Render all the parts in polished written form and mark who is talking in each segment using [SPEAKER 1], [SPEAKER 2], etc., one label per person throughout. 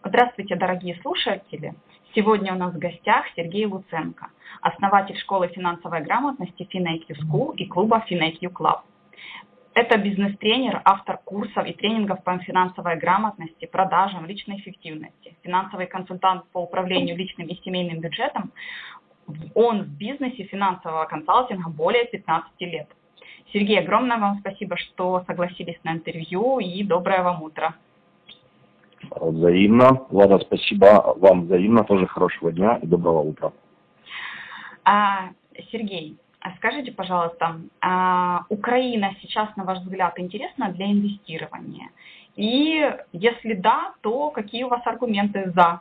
[SPEAKER 1] Здравствуйте, дорогие слушатели! Сегодня у нас в гостях Сергей Луценко, основатель школы финансовой грамотности FinIQ School и клуба FinIQ Club. Это бизнес-тренер, автор курсов и тренингов по финансовой грамотности, продажам, личной эффективности, финансовый консультант по управлению личным и семейным бюджетом. Он в бизнесе финансового консалтинга более 15 лет. Сергей, огромное вам спасибо, что согласились на интервью, и доброе вам утро.
[SPEAKER 2] Взаимно. Влада, спасибо вам взаимно. Тоже хорошего дня и доброго утра.
[SPEAKER 1] Сергей, скажите, пожалуйста, Украина сейчас, на ваш взгляд, интересна для инвестирования? И если да, то какие у вас аргументы за?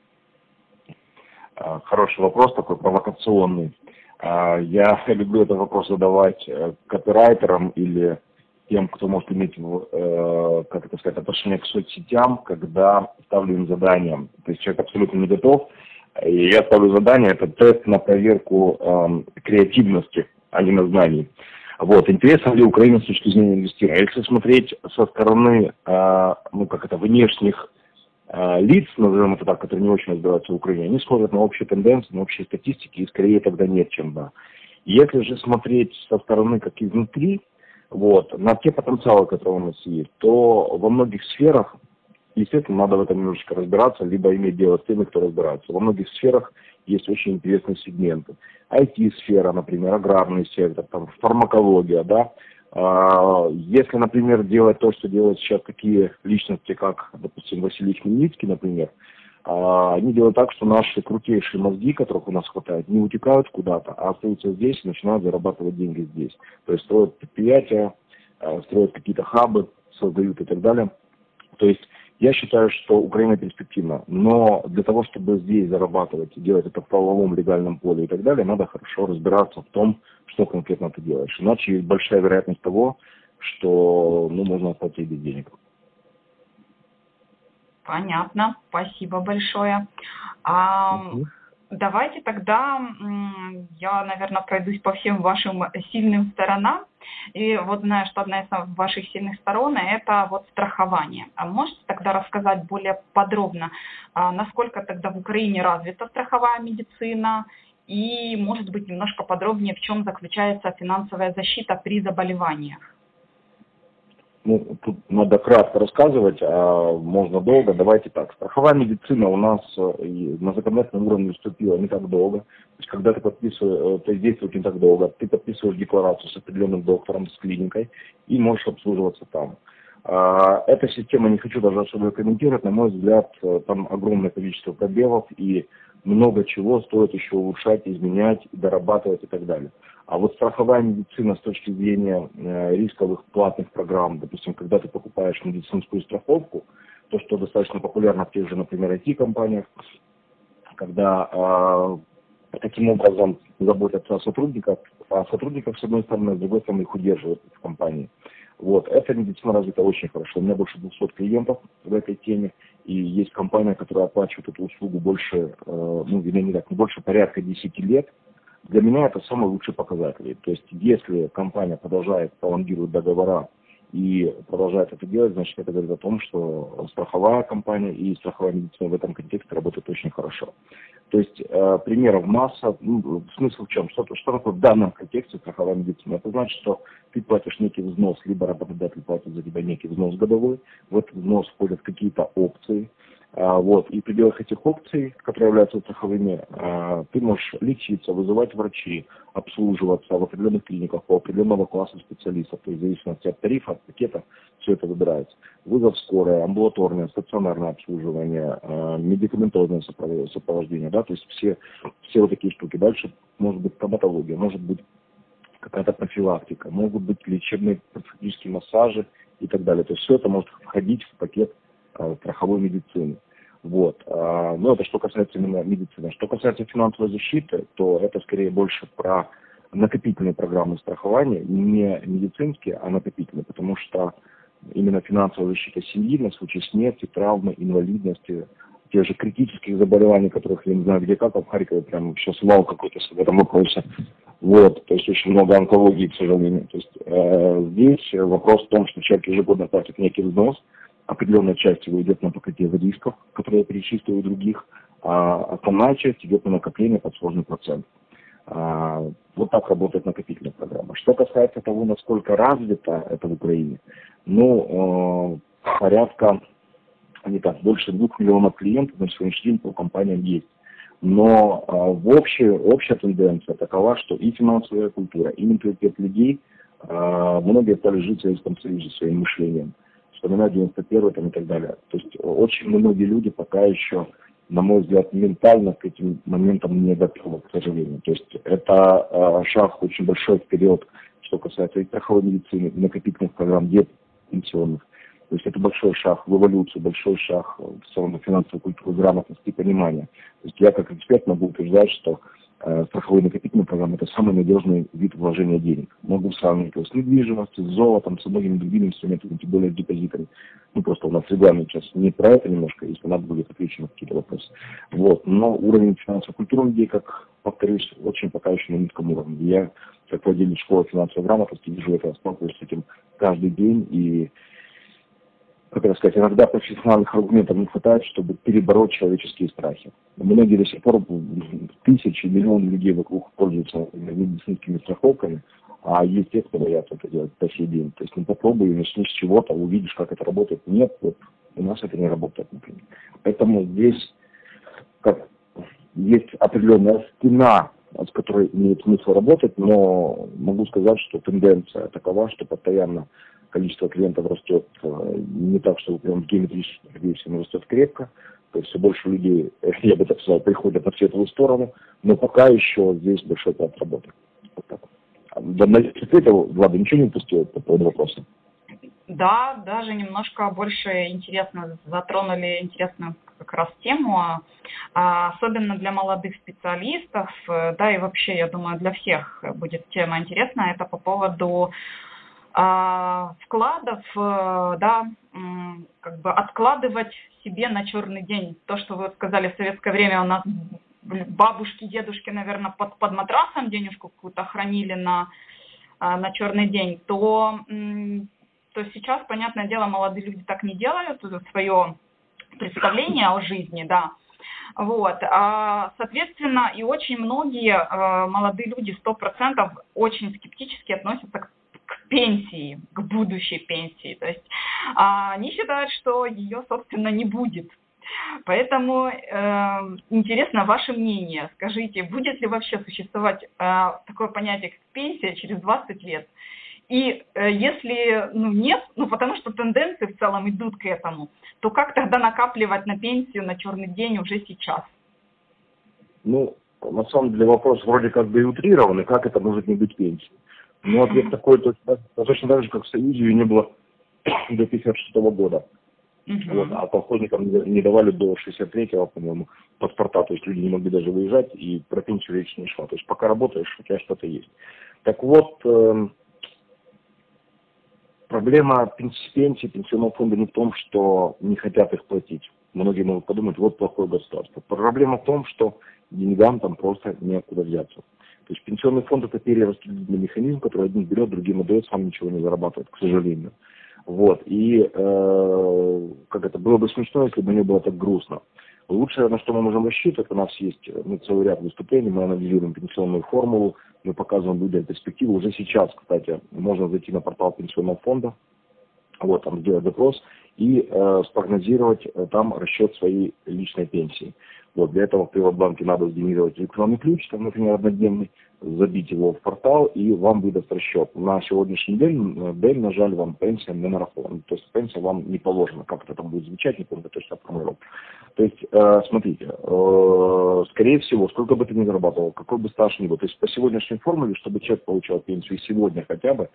[SPEAKER 2] Хороший вопрос, такой провокационный. Я люблю этот вопрос задавать копирайтерам или тем, кто может иметь, как это сказать, отношение к соцсетям, когда ставлю им задание. То есть человек абсолютно не готов, и я ставлю задание, это тест на проверку креативности, а не на знаний. Вот, интересна ли Украина с точки зрения инвестирования? Если смотреть со стороны, внешних лиц, назовем это так, которые не очень разбираются в Украине, они смотрят на общие тенденции, на общие статистики, и скорее тогда нет, чем да. Если же смотреть со стороны, как изнутри, на те потенциалы, которые у нас есть, то во многих сферах, естественно, надо в этом немножечко разбираться, либо иметь дело с теми, кто разбирается. Во многих сферах есть очень интересные сегменты. IT-сфера, например, аграрный сектор, фармакология, да. Если, например, делать то, что делают сейчас такие личности, как, допустим, Василий Хмельницкий, например, они делают так, что наши крутейшие мозги, которых у нас хватает, не утекают куда-то, а остаются здесь и начинают зарабатывать деньги здесь. То есть строят предприятия, строят какие-то хабы, создают и так далее. То есть я считаю, что Украина перспективна, но для того, чтобы здесь зарабатывать и делать это в правовом легальном поле и так далее, надо хорошо разбираться в том, что конкретно ты делаешь. Иначе есть большая вероятность того, что можно остаться без денег.
[SPEAKER 1] Понятно, спасибо большое. Давайте тогда я, наверное, пройдусь по всем вашим сильным сторонам. И знаю, что одна из ваших сильных сторон – это страхование. А можете тогда рассказать более подробно, насколько тогда в Украине развита страховая медицина? И, может быть, немножко подробнее, в чем заключается финансовая защита при заболеваниях?
[SPEAKER 2] Тут надо кратко рассказывать, а можно долго. Давайте так. Страховая медицина у нас на законодательном уровне вступила не так долго. То есть, когда ты подписываешь, то есть действует не так долго, ты подписываешь декларацию с определенным доктором, с клиникой, и можешь обслуживаться там. Эта система, не хочу даже особо комментировать, на мой взгляд, там огромное количество пробелов и много чего стоит еще улучшать, изменять, дорабатывать и так далее. А страховая медицина с точки зрения рисковых платных программ, допустим, когда ты покупаешь медицинскую страховку, то, что достаточно популярно в тех же, например, IT-компаниях, когда таким образом заботятся о сотрудниках с одной стороны, а с другой стороны их удерживают в компании. Эта медицина развита очень хорошо. У меня больше 200 клиентов в этой теме, и есть компания, которая оплачивает эту услугу больше, больше порядка 10 лет. Для меня это самый лучший показатель. То есть, если компания продолжает пролонгировать договора и продолжает это делать, значит, это говорит о том, что страховая компания и страховая медицина в этом контексте работают очень хорошо. То есть, примеров масса. Смысл в чем? Что такое в данном контексте страховая медицина? Это значит, что ты платишь некий взнос, либо работодатель платит за тебя некий взнос годовой, в этот взнос входят какие-то опции. И в пределах этих опций, которые являются страховыми, ты можешь лечиться, вызывать врачей, обслуживаться в определенных клиниках по определенного класса специалистов, то есть в зависимости от тарифа, от пакета, все это выбирается. Вызов скорой, амбулаторное, стационарное обслуживание, медикаментозное сопровождение, да, то есть все такие штуки. Дальше может быть стоматология, может быть какая-то профилактика, могут быть лечебные профилактические массажи и так далее. То есть все это может входить в пакет страховой медицины. Это что касается именно медицины. Что касается финансовой защиты, то это скорее больше про накопительные программы страхования, не медицинские, а накопительные, потому что именно финансовая защита семьи на случай смерти, травмы, инвалидности, тех же критических заболеваний, которых я не знаю где как, а в Харькове прям сейчас вал какой-то в этом вопросе. То есть очень много онкологии, к сожалению. То есть здесь вопрос в том, что человек ежегодно платит некий взнос, определенная часть его идет на покрытие рисков, которые которые я перечислил у других, основная часть идет на накопление под сложный процент. Вот так работает накопительная программа. Что касается того, насколько развито это в Украине, порядка, больше 2 миллионов клиентов на сегодняшний день по компаниям есть. Но общая тенденция такова, что и финансовая культура, и менталитет людей, многие стали жить в Советском Союзе своим мышлением, вспоминать 91-й и так далее. То есть очень многие люди пока еще, на мой взгляд, ментально к этим моментам не готовы, к сожалению. То есть это шаг очень большой вперед, что касается и страховой медицины, и накопительных программ, пенсионных. То есть это большой шаг в эволюцию, большой шаг в целом финансовой культуры, грамотности и понимания. То есть я как эксперт могу утверждать, что страховые накопительные программы – это самый надежный вид вложения денег. Могу сравнивать его с недвижимостью, с золотом, со многими другими инструментами, тем более с депозитами. Просто у нас регламент сейчас не про это немножко, если надо будет отвечать на какие-то вопросы. Но уровень финансовой культуры людей, как повторюсь, очень пока еще на низком уровне. Я, как владелец школы финансовой грамотности, вижу это, сталкиваюсь с этим каждый день и, иногда профессиональных аргументов не хватает, чтобы перебороть человеческие страхи. Многие до сих пор, тысячи, миллионы людей вокруг пользуются медицинскими страховками, а есть те, кто боятся это делать по сей день. То есть попробуй, начни с чего-то, увидишь, как это работает. Нет, у нас это не работает, например. Поэтому здесь есть определенная стена, с которой имеет смысл работать, но могу сказать, что тенденция такова, что постоянно количество клиентов растет не так, что прям в геометрической прогрессии, но растет крепко. То есть все больше людей, я бы так сказал, приходят на светлую сторону, но пока еще здесь большой план работы. Вот так. Влада, ничего не упустила по поводу вопроса?
[SPEAKER 1] Да, даже немножко больше интересно затронули интересную как раз тему, особенно для молодых специалистов, да и вообще, я думаю, для всех будет тема интересная, это по поводу вкладов, да, откладывать себе на черный день. То, что вы сказали, в советское время у нас бабушки, дедушки, наверное, под матрасом денежку какую-то хранили на черный день, то сейчас, понятное дело, молодые люди так не делают, свое представление о жизни, да. Соответственно, и очень многие молодые люди, 100%, очень скептически относятся к пенсии, к будущей пенсии. То есть они считают, что ее, собственно, не будет. Поэтому интересно ваше мнение. Скажите, будет ли вообще существовать такое понятие, как пенсия через 20 лет? И если нет, потому что тенденции в целом идут к этому, то как тогда накапливать на пенсию, на черный день уже сейчас?
[SPEAKER 2] На самом деле вопрос вроде как бы и утрированный, как это может не быть пенсией. Но ответ такой, точно так же, как в Союзе ее не было до 1956 года. А колхозникам не давали до 63-го, по-моему, паспорта, то есть люди не могли даже выезжать, и про пенсию речь не шла. То есть пока работаешь, у тебя что-то есть. Так вот, проблема пенсии, пенсионного фонда не в том, что не хотят их платить. Многие могут подумать, вот плохое государство. Проблема в том, что деньгам там просто неоткуда взяться. То есть пенсионный фонд — это перераспределительный механизм, который один берет, другим отдает, сам ничего не зарабатывает, к сожалению. И было бы смешно, если бы не было так грустно. Лучшее, на что мы можем рассчитывать, у нас есть целый ряд выступлений, мы анализируем пенсионную формулу, мы показываем людям перспективу. Уже сейчас, кстати, можно зайти на портал пенсионного фонда, там сделать запрос и спрогнозировать там расчет своей личной пенсии. Для этого в Приватбанке надо сгенерировать электронный ключ, например, однодневный, забить его в портал, и вам выдаст расчет. На сегодняшний день, на жаль, вам пенсия не нарахована. То есть пенсия вам не положена. Как это там будет звучать, не помню точно формулировку. То есть, смотрите, скорее всего, сколько бы ты ни зарабатывал, какой бы стаж ни был, то есть по сегодняшней формуле, чтобы человек получал пенсию сегодня хотя бы,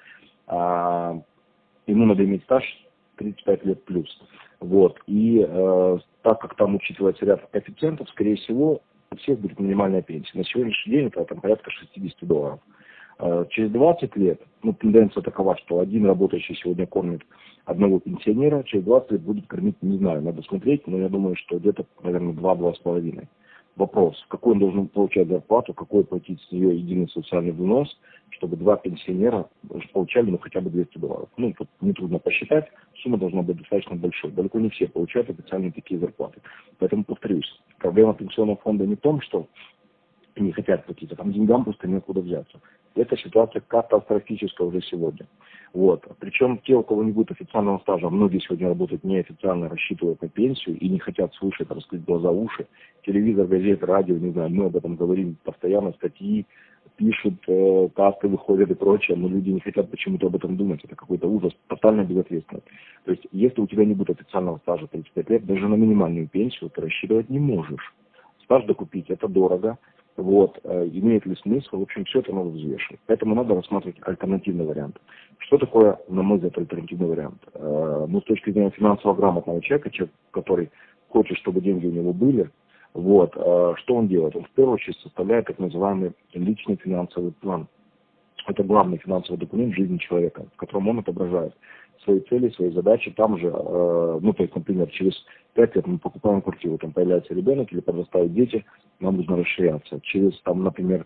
[SPEAKER 2] ему надо иметь стаж 35 лет плюс. И так как там учитывается ряд коэффициентов, скорее всего, у всех будет минимальная пенсия. На сегодняшний день это порядка $60. Через 20 лет, тенденция такова, что один работающий сегодня кормит одного пенсионера, через 20 лет будет кормить, не знаю, надо смотреть, но я думаю, что где-то, наверное, 2-2,5. Вопрос, какой он должен получать зарплату, какой платить с нее единый социальный взнос, чтобы два пенсионера получали хотя бы $200. Ну, тут нетрудно посчитать, сумма должна быть достаточно большой. Далеко не все получают официальные такие зарплаты. Поэтому, повторюсь, проблема пенсионного фонда не в том, что не хотят платить, а там деньгам просто некуда взяться. Эта ситуация катастрофическая уже сегодня. Вот. Причем те, у кого не будет официального стажа, многие сегодня работают неофициально, рассчитывают на пенсию и не хотят слышать, раскрыть глаза, уши. Телевизор, газеты, радио, не знаю, мы об этом говорим постоянно, статьи пишут, касты выходят и прочее, но люди не хотят почему-то об этом думать. Это какой-то ужас, тотальная безответственность. То есть, если у тебя не будет официального стажа 35 лет, даже на минимальную пенсию ты рассчитывать не можешь. Стаж докупить – это дорого. Вот, имеет ли смысл, в общем, все это надо взвешивать. Поэтому надо рассматривать альтернативный вариант. Что такое, на мой взгляд, альтернативный вариант? Ну, с точки зрения финансово грамотного человека, который хочет, чтобы деньги у него были, вот, что он делает? Он в первую очередь составляет так называемый личный финансовый план. Это главный финансовый документ в жизни человека, в котором он отображает свои цели, свои задачи. Там же, ну, то есть, например, через 5 лет мы покупаем квартиру, там появляется ребенок или подрастают дети, нам нужно расширяться. Через, там, например,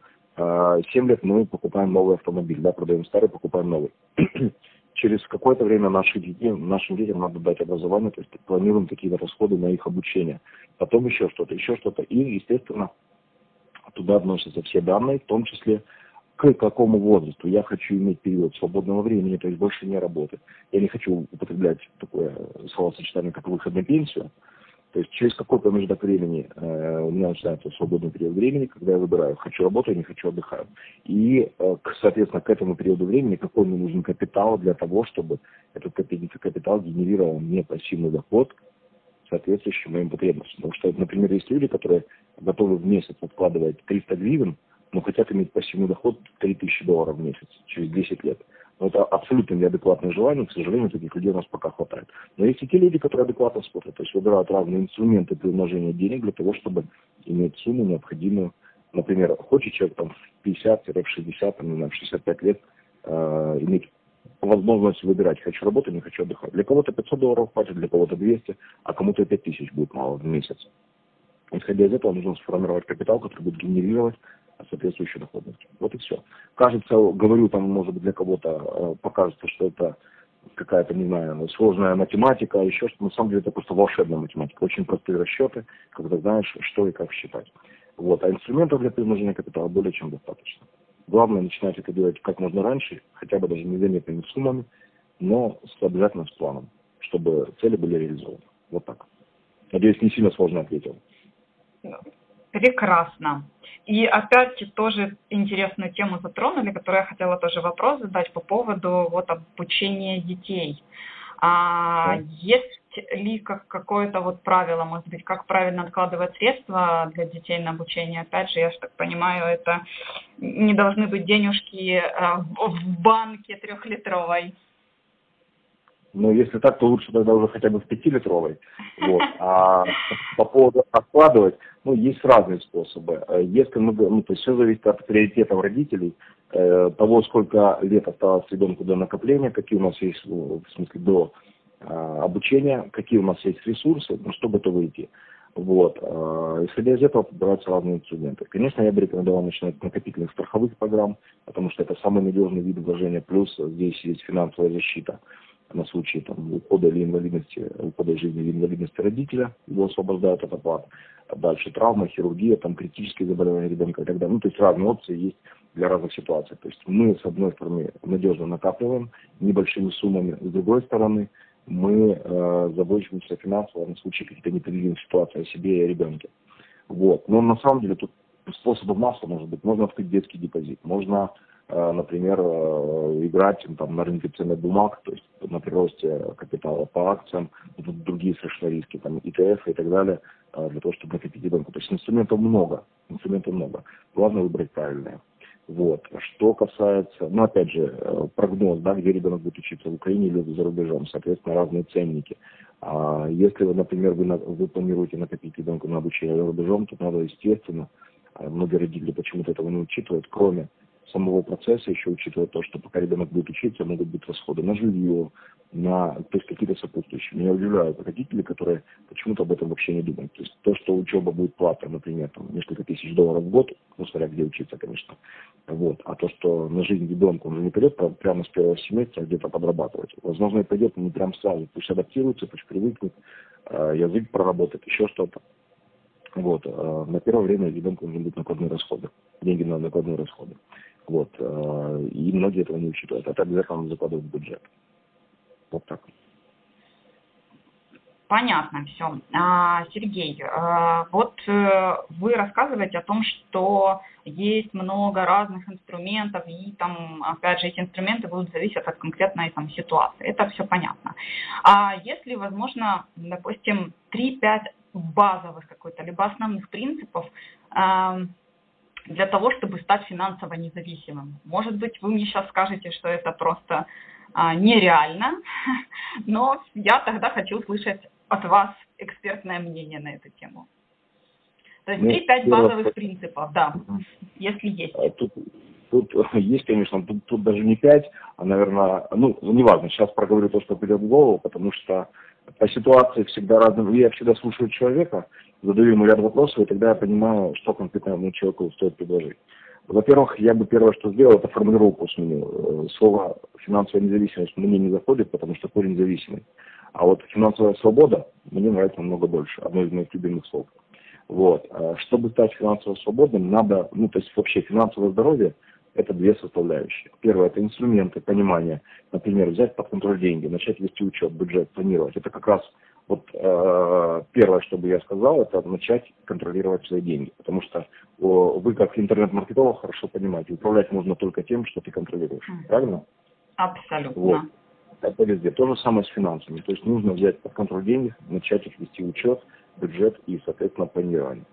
[SPEAKER 2] 7 лет мы покупаем новый автомобиль, да, продаем старый, покупаем новый. Через какое-то время нашим детям надо дать образование, то есть планируем какие-то расходы на их обучение. Потом еще что-то. И, естественно, туда относятся все данные, в том числе к какому возрасту. Я хочу иметь период свободного времени, то есть больше не работать. Я не хочу употреблять такое словосочетание, как выход на пенсию. То есть через какой промежуток времени у меня начинается свободный период времени, когда я выбираю, хочу работать, не хочу отдыхать. И, соответственно, к этому периоду времени какой мне нужен капитал для того, чтобы этот капитал генерировал мне пассивный доход, соответствующий моим потребностям. Потому что, например, есть люди, которые готовы в месяц откладывать 300 гривен, но хотят иметь пассивный доход $3000 в месяц через 10 лет. Но это абсолютно неадекватное желание, к сожалению, таких людей у нас пока хватает. Но есть и те люди, которые адекватно смотрят, то есть выбирают разные инструменты при умножении денег для того, чтобы иметь сумму необходимую. Например, хочет человек там в 50-60, там, не знаю, в 65 лет иметь возможность выбирать, хочу работать, не хочу отдыхать. Для кого-то $500 хватит, для кого-то 200, а кому-то 5000 будет мало в месяц. Исходя из этого, нужно сформировать капитал, который будет генерировать соответствующую доходность. Вот и все. Кажется, говорю, там, может быть, для кого-то покажется, что это какая-то, не знаю, сложная математика, еще что-то. На самом деле это просто волшебная математика. Очень простые расчеты, когда знаешь, что и как считать. Вот. А инструментов для приумножения капитала более чем достаточно. Главное начинать это делать как можно раньше, хотя бы даже незаметными суммами, но обязательно с планом, чтобы цели были реализованы. Вот так. Надеюсь, не сильно сложно ответил.
[SPEAKER 1] Прекрасно. И опять тоже интересную тему затронули, которую я хотела тоже вопрос задать по поводу вот обучения детей. Есть ли какое-то вот правило, может быть, как правильно откладывать средства для детей на обучение? Опять же, я так понимаю, это не должны быть денежки в банке 3-литровой.
[SPEAKER 2] Ну, если так, то лучше тогда уже хотя бы в 5-литровой. Вот. А по поводу откладывать, ну, есть разные способы. Если мы, ну, то есть все зависит от приоритетов родителей, того, сколько лет осталось ребенку до накопления, какие у нас есть, в смысле, до обучения, какие у нас есть ресурсы, ну, что готовы идти. Вот. Исходя из этого подбираются разные инструменты. Конечно, я бы рекомендовал начинать с накопительных страховых программ, потому что это самый надежный вид вложения, плюс здесь есть финансовая защита на случай там, ухода или инвалидности, ухода из жизни или инвалидности родителя, его освобождают от оплаты. Дальше травма, хирургия, там, критические заболевания ребенка и так далее. Ну, то есть разные опции есть для разных ситуаций. То есть мы, с одной стороны, надежно накапливаем небольшими суммами, с другой стороны, мы заботимся финансово на случай каких-то непредвиденных ситуаций о себе и о ребенке. Вот. Но на самом деле тут способов масса может быть. Можно открыть детский депозит, можно, например, играть там, на рынке ценных бумаг, то есть на приросте капитала по акциям, тут другие совершенно риски, там, ETF и так далее, для того, чтобы накопить ребенку. То есть инструментов много. Главное выбрать правильные. Вот. Что касается, ну, опять же, прогноз, да, где ребенок будет учиться, в Украине или за рубежом, соответственно, разные ценники. Если, например, вы планируете накопить ребенка на обучение за рубежом, тут надо, естественно, многие родители почему-то этого не учитывают, кроме самого процесса, еще учитывая то, что пока ребенок будет учиться, могут быть расходы на жилье, то есть какие-то сопутствующие. Меня удивляют родители, которые почему-то об этом вообще не думают. То есть то, что учеба будет платной, например, там, несколько тысяч долларов в год, ну, смотря где учиться, конечно, вот, а то, что на жизнь ребенка он же не пойдет прямо с первого семестра где-то подрабатывать. Возможно, и пойдет, но не прям сразу. Пусть адаптируется, пусть привыкнет, язык проработает, еще что-то. Вот, на первое время ребенку нужны будут накладные расходы, деньги на накладные расходы. Вот, и многие этого не учитывают. Это обязательно закладывают в бюджет. Вот так.
[SPEAKER 1] Понятно все. Сергей, вот вы рассказываете о том, что есть много разных инструментов, и там, опять же, эти инструменты будут зависеть от конкретной там ситуации. Это все понятно. А если, возможно, допустим, 3-5 базовых какой-то, либо основных принципов для того, чтобы стать финансово независимым? Может быть, вы мне сейчас скажете, что это просто нереально, но я тогда хочу услышать от вас экспертное мнение на эту тему. То есть 3-5 базовых принципов, да, если есть.
[SPEAKER 2] Тут есть, конечно, тут даже не 5, а, наверное, ну, неважно, сейчас проговорю то, что придет в голову, потому что по ситуации всегда разные. Я всегда слушаю человека, задаю ему ряд вопросов, и тогда я понимаю, что конкретному человеку стоит предложить. Во-первых, я бы первое, что сделал, это формулировку сменил. Слово «финансовая независимость» мне не заходит, потому что корень зависимый. А вот «финансовая свобода» мне нравится намного больше, одно из моих любимых слов. Вот. Чтобы стать финансово свободным, надо, ну, то есть вообще финансовое здоровье – это две составляющие. Первое – это инструменты, понимание. Например, взять под контроль деньги, начать вести учет, бюджет, планировать. Это как раз вот первое, что бы я сказал, это начать контролировать свои деньги. Потому что вы, как интернет-маркетолог, хорошо понимаете, управлять можно только тем, что ты контролируешь. Правильно?
[SPEAKER 1] Абсолютно.
[SPEAKER 2] Вот. Это везде. То же самое с финансами. То есть нужно взять под контроль деньги, начать их вести учет, бюджет и, соответственно, планирование.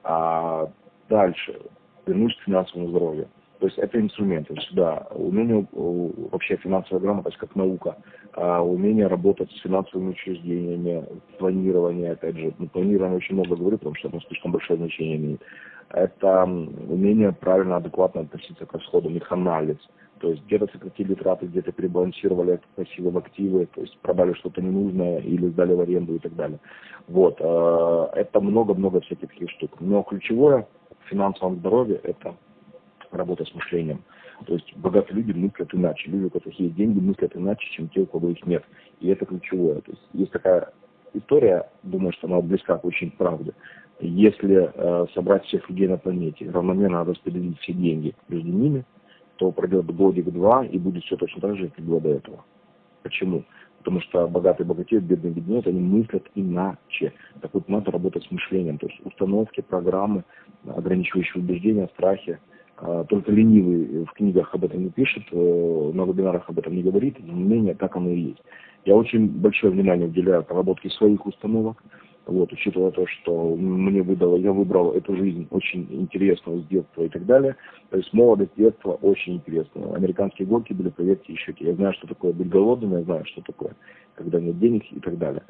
[SPEAKER 2] А дальше вернусь к финансовому здоровью. То есть это инструменты. Сюда умение, вообще финансовая грамотность как наука, умение работать с финансовыми учреждениями, планирование, опять же, планирование очень много говорю, потому что оно слишком большое значение имеет. Это умение правильно, адекватно относиться к расходам, их анализ. То есть где-то сократили траты, где-то перебалансировали пассивы в активы, то есть продали что-то ненужное или сдали в аренду и так далее. Вот. Это много-много всяких таких штук. Но ключевое в финансовом здоровье – это работа с мышлением. То есть богатые люди мыслят иначе. Люди, у которых есть деньги, мыслят иначе, чем те, у кого их нет. И это ключевое. То есть есть такая история, думаю, что она близка к очень правде. Если собрать всех людей на планете, равномерно распределить все деньги между ними, то пройдет годик-два и будет все точно так же, как было до этого. Почему? Потому что богатые богатеют, бедные беднеют, они мыслят иначе. Так вот, надо работать с мышлением, то есть установки, программы, ограничивающие убеждения, страхи. Только ленивый в книгах об этом не пишет, на вебинарах об этом не говорит, но мнение так оно и есть. Я очень большое внимание уделяю проработке своих установок, вот, учитывая то, что мне выдало, я выбрал эту жизнь очень интересную с детства и так далее. То есть молодость, детство очень интересно. Американские горки были, поверьте, еще те. Я знаю, что такое быть голодным, я знаю, что такое, когда нет денег и так далее.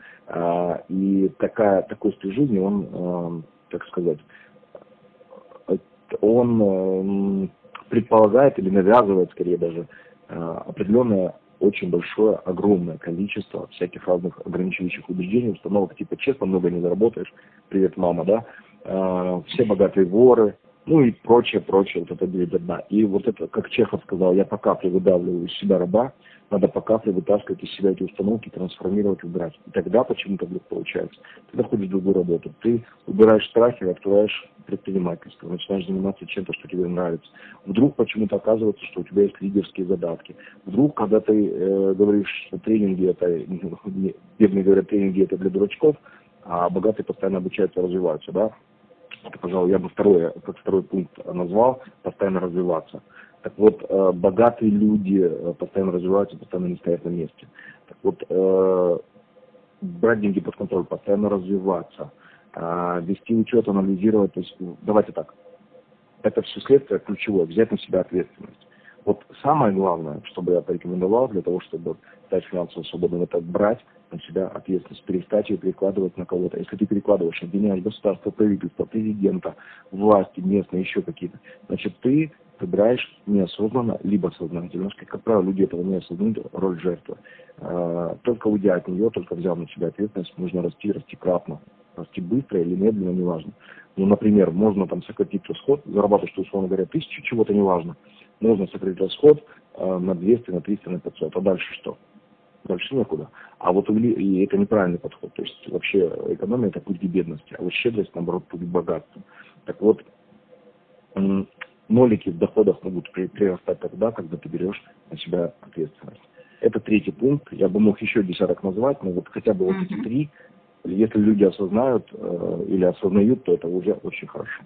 [SPEAKER 2] И такой стиль жизни, он, как сказать, он предполагает или навязывает, скорее даже, определенное очень большое, огромное количество всяких разных ограничивающих убеждений, установок типа «честно много не заработаешь», «привет, мама», да, все богатые воры, ну и прочее, вот это бери до дна. И вот это, как Чехов сказал, я по капле выдавливаю из себя раба, надо по капле вытаскивать из себя эти установки, трансформировать, убирать. И тогда почему-то вдруг получается. Ты находишь другую работу, ты убираешь страхи, открываешь предпринимательство, начинаешь заниматься чем-то, что тебе нравится. Вдруг почему-то оказывается, что у тебя есть лидерские задатки. Вдруг, когда ты говоришь, что тренинги это, бедные говорят, тренинги это для дурачков, а богатые постоянно обучаются, развиваются, да? Это, пожалуй, я бы как второй пункт назвал, постоянно развиваться. Так вот, богатые люди постоянно развиваются, постоянно не стоят на месте. Так вот, брать деньги под контроль, постоянно развиваться, вести учет, анализировать. То есть, давайте так, это все следствие ключевое, взять на себя ответственность. Вот самое главное, что бы я порекомендовал для того, чтобы стать финансово свободным, это брать на себя ответственность, перестать ее перекладывать на кого-то. Если ты перекладываешь, обвиняешь государство, правительство, президента, власти, местные, еще какие-то, значит, ты выбираешь неосознанно, либо сознательно. Как правило, люди этого не осознают, роль жертвы. Только уйдя от нее, только взяв на себя ответственность, нужно расти кратно. Расти быстро или медленно, неважно. Ну, например, можно там сократить расход, зарабатывать, что, условно говоря, 1000 чего-то, неважно. Можно сократить расход на 200, на 300, на 500. А дальше что? Дальше некуда. А вот и это неправильный подход. То есть вообще экономия – это путь к бедности, а вот щедрость, наоборот, путь к богатству. Так вот, нолики в доходах могут прирастать тогда, когда ты берешь на себя ответственность. Это третий пункт. Я бы мог еще десяток назвать, но вот хотя бы вот эти три, если люди осознают или осознают, то это уже очень хорошо.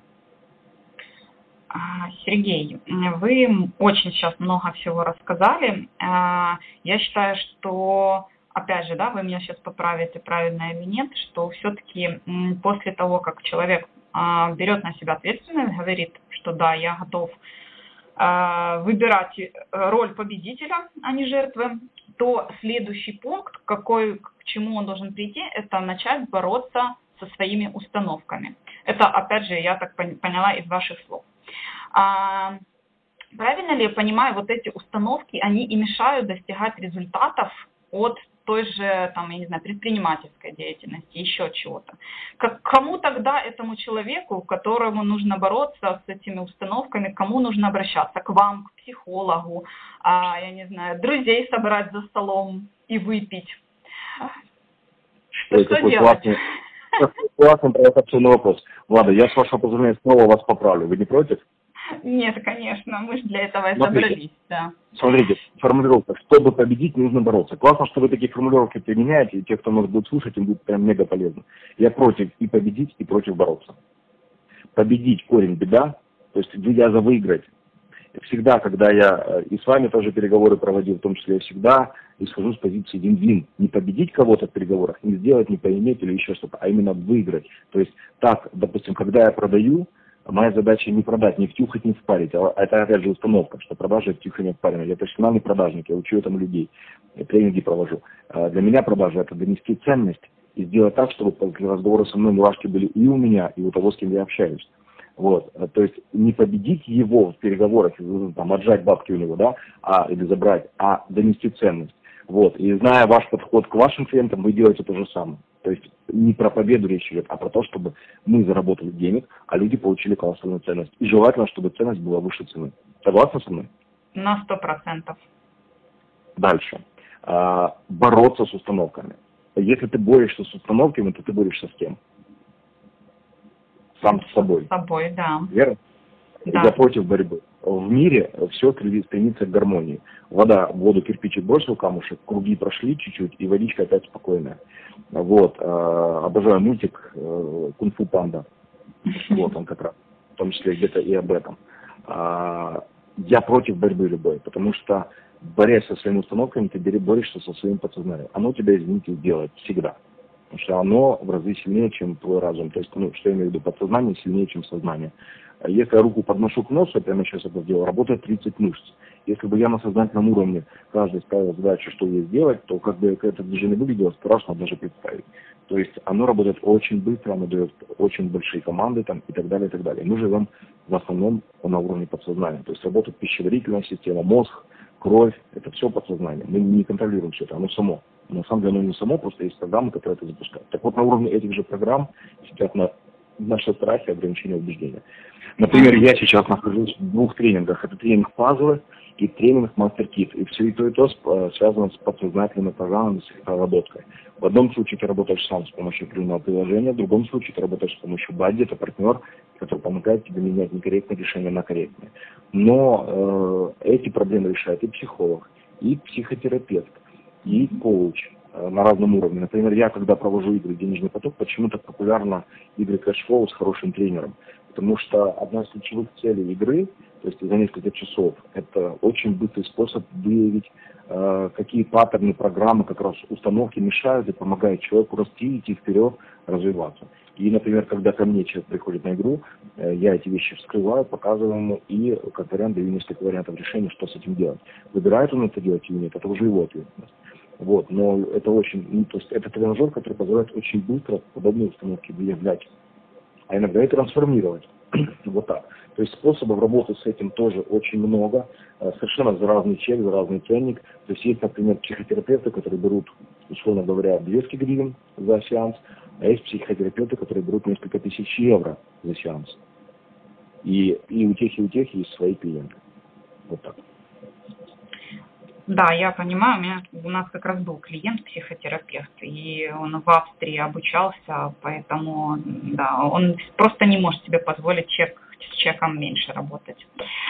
[SPEAKER 1] Сергей, вы очень сейчас много всего рассказали. Я считаю, что, опять же, да, вы меня сейчас поправите, правильно или нет, что все-таки после того, как человек берет на себя ответственность, говорит, что да, я готов выбирать роль победителя, а не жертвы, то следующий пункт, к чему он должен прийти, это начать бороться со своими установками. Это, опять же, я так поняла из ваших слов. Правильно ли я понимаю, вот эти установки, они и мешают достигать результатов от той же, там, я не знаю, предпринимательской деятельности, еще чего-то? Кому тогда, этому человеку, которому нужно бороться с этими установками, кому нужно обращаться? К вам, к психологу, я не знаю, друзей собрать за столом и выпить? Что делать?
[SPEAKER 2] Классный провокационный вопрос. Влада, я с вашего позволения снова вас поправлю. Вы не против?
[SPEAKER 1] Нет, конечно, мы же для этого и собрались, да.
[SPEAKER 2] Смотрите, формулировка, чтобы победить, нужно бороться. Классно, что вы такие формулировки применяете, и те, кто нас будет слушать, им будет прям мега полезно. Я против и победить, и против бороться. Победить корень беда, то есть я за выиграть. Всегда, когда я и с вами тоже переговоры проводил, в том числе я всегда исхожу с позиции вин-вин. Не победить кого-то в переговорах, не сделать, не поиметь или еще что-то, а именно выиграть. То есть так, допустим, когда я продаю, моя задача не продать, не втюхать, не впарить. А это, опять же, установка, что продажа – это втюхание, впаривание. Я профессиональный продажник, я учу этому людей, я тренинги провожу. Для меня продажа – это донести ценность и сделать так, чтобы разговоры со мной мурашки были и у меня, и у того, с кем я общаюсь. Вот, то есть не победить его в переговорах, там, отжать бабки у него, да, или забрать, а донести ценность. Вот, и зная ваш подход к вашим клиентам, вы делаете то же самое. То есть не про победу речь идет, а про то, чтобы мы заработали денег, а люди получили колоссальную ценность. И желательно, чтобы ценность была выше цены. Согласны со мной?
[SPEAKER 1] На 100%.
[SPEAKER 2] Дальше. Бороться с установками. Если ты борешься с установками, то ты борешься с кем? Сам с собой.
[SPEAKER 1] С собой, да.
[SPEAKER 2] Верно? Да. Я против борьбы. В мире все стремится к гармонии. Вода, в воду кирпичик бросил камушек, круги прошли чуть-чуть, и водичка опять спокойная. Вот. Обожаю мультик «Кунг-фу панда». Вот он как раз. В том числе где-то и об этом. Я против борьбы любой, потому что, борясь со своими установками, ты борешься со своим подсознанием. Оно тебя, извините, делает всегда. Потому что оно в разы сильнее, чем твой разум. То есть, что я имею в виду, подсознание сильнее, чем сознание. Если я руку подношу к носу, я прямо сейчас это сделал, работает 30 мышц. Если бы я на сознательном уровне каждый ставил задачу, что ей сделать, то как бы это движение выглядело, страшно даже представить. То есть оно работает очень быстро, оно дает очень большие команды там, и так далее, и так далее. Мы живем в основном на уровне подсознания. То есть работает пищеварительная система, мозг, кровь, это все подсознание. Мы не контролируем все это, оно само. На самом деле оно не само, просто есть программы, которые это запускают. Так вот, на уровне этих же программ сидят наши страхи, ограничения, убеждения. Например, я сейчас нахожусь в 2 тренингах. Это тренинг пазлы и тренинг мастер-кит. И все и то связано с подсознательными программами, с их проработкой. В одном случае ты работаешь сам с помощью определенного приложения, в другом случае ты работаешь с помощью бадди, это партнер, который помогает тебе менять некорректные решения на корректные. Но эти проблемы решает и психолог, и психотерапевт, и коуч на разном уровне. Например, я, когда провожу игры «Денежный поток», почему так популярно игры кэшфлоу с хорошим тренером? Потому что одна из ключевых целей игры, то есть за несколько часов, это очень быстрый способ выявить, какие паттерны, программы, как раз установки мешают и помогают человеку расти, идти вперед, развиваться. И, например, когда ко мне человек приходит на игру, я эти вещи вскрываю, показываю ему и как вариант даю несколько вариантов решения, что с этим делать. Выбирает он это делать или нет, это уже его ответственность. Вот, но это очень, то есть это тренажер, который позволяет очень быстро подобные установки выявлять. а иногда и трансформировать. Вот так. То есть способов работы с этим тоже очень много, совершенно за разный чек, за разный ценник. То есть есть, например, психотерапевты, которые берут, условно говоря, 200 гривен за сеанс, а есть психотерапевты, которые берут несколько тысяч евро за сеанс. И у тех есть свои клиенты. Вот так.
[SPEAKER 1] Да, я понимаю, у нас как раз был клиент-психотерапевт, и он в Австрии обучался, поэтому да, он просто не может себе позволить с чеком меньше работать.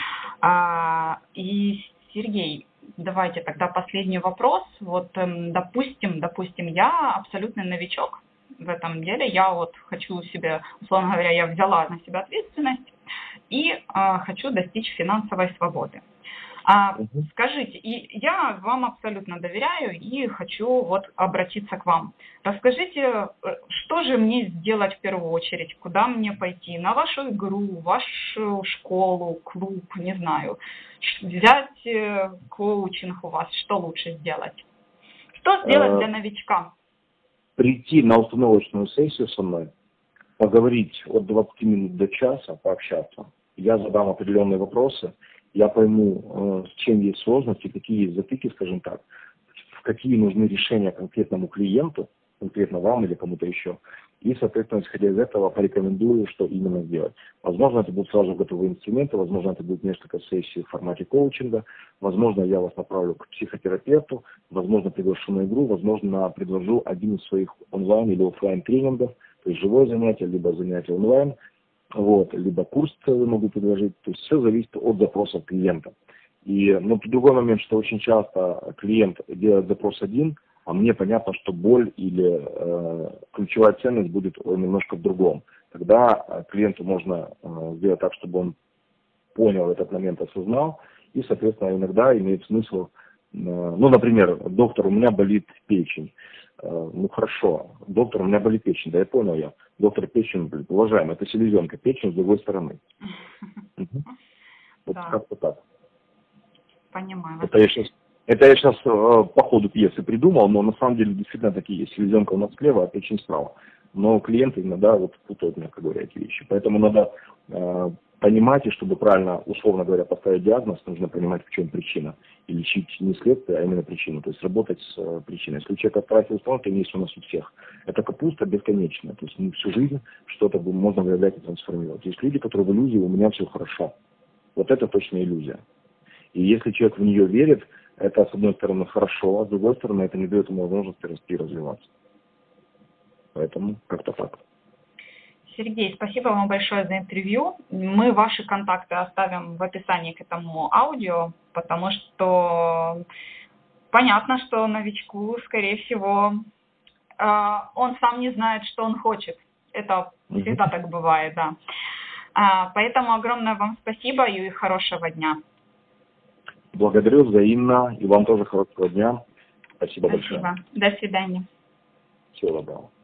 [SPEAKER 1] И, Сергей, давайте тогда последний вопрос. Вот, допустим, я абсолютный новичок в этом деле, я вот хочу себе, условно говоря, я взяла на себя ответственность и хочу достичь финансовой свободы. Скажите, и я вам абсолютно доверяю и хочу вот обратиться к вам. Расскажите, что же мне сделать в первую очередь, куда мне пойти, на вашу игру, вашу школу, клуб, не знаю, взять коучинг у вас, что лучше сделать? Что сделать для новичка?
[SPEAKER 2] Прийти на установочную сессию со мной, поговорить от 20 минут до часа, пообщаться. Я задам определенные вопросы. Я пойму, с чем есть сложности, какие есть затыки, скажем так, какие нужны решения конкретному клиенту, конкретно вам или кому-то еще. И, соответственно, исходя из этого, порекомендую, что именно сделать. Возможно, это будут сразу готовые инструменты, возможно, это будет несколько сессий в формате коучинга, возможно, я вас направлю к психотерапевту, возможно, приглашу на игру, возможно, предложу один из своих онлайн или офлайн тренингов, то есть живое занятие, либо занятие онлайн, вот, либо курс целый могу предложить. То есть все зависит от запросов клиента. Но другой момент, что очень часто клиент делает запрос один, а мне понятно, что боль или ключевая ценность будет немножко в другом. Тогда клиенту можно сделать так, чтобы он понял этот момент, осознал, и, соответственно, иногда имеет смысл, например, доктор, у меня болит печень. Хорошо, доктор, у меня болит печень, да, я понял я. Доктор, печень, уважаемый, это селезенка, печень с другой стороны. Вот как-то так.
[SPEAKER 1] Понимаю.
[SPEAKER 2] Это я сейчас по ходу пьесы придумал, но на самом деле действительно такие есть. Селезенка у нас слева, а печень справа. Но клиенты иногда вот путают, мягко говоря, эти вещи. Поэтому надо понимать, и чтобы правильно, условно говоря, поставить диагноз, нужно понимать, в чем причина. И лечить не следствие, а именно причину. То есть работать с причиной. Если у человека отрасил установка, есть у нас у всех. Это капуста бесконечная. То есть всю жизнь что-то можно выявлять и трансформировать. Есть люди, которые в иллюзии, у меня все хорошо. Вот это точно иллюзия. И если человек в нее верит, это, с одной стороны, хорошо, а с другой стороны, это не дает ему возможности расти и развиваться. Поэтому как-то так.
[SPEAKER 1] Сергей, спасибо вам большое за интервью. Мы ваши контакты оставим в описании к этому аудио, потому что понятно, что новичку, скорее всего, он сам не знает, что он хочет. Это всегда так бывает, да. Поэтому огромное вам спасибо и хорошего дня.
[SPEAKER 2] Благодарю взаимно. И вам тоже хорошего дня. Спасибо большое.
[SPEAKER 1] До свидания.
[SPEAKER 2] Всего доброго.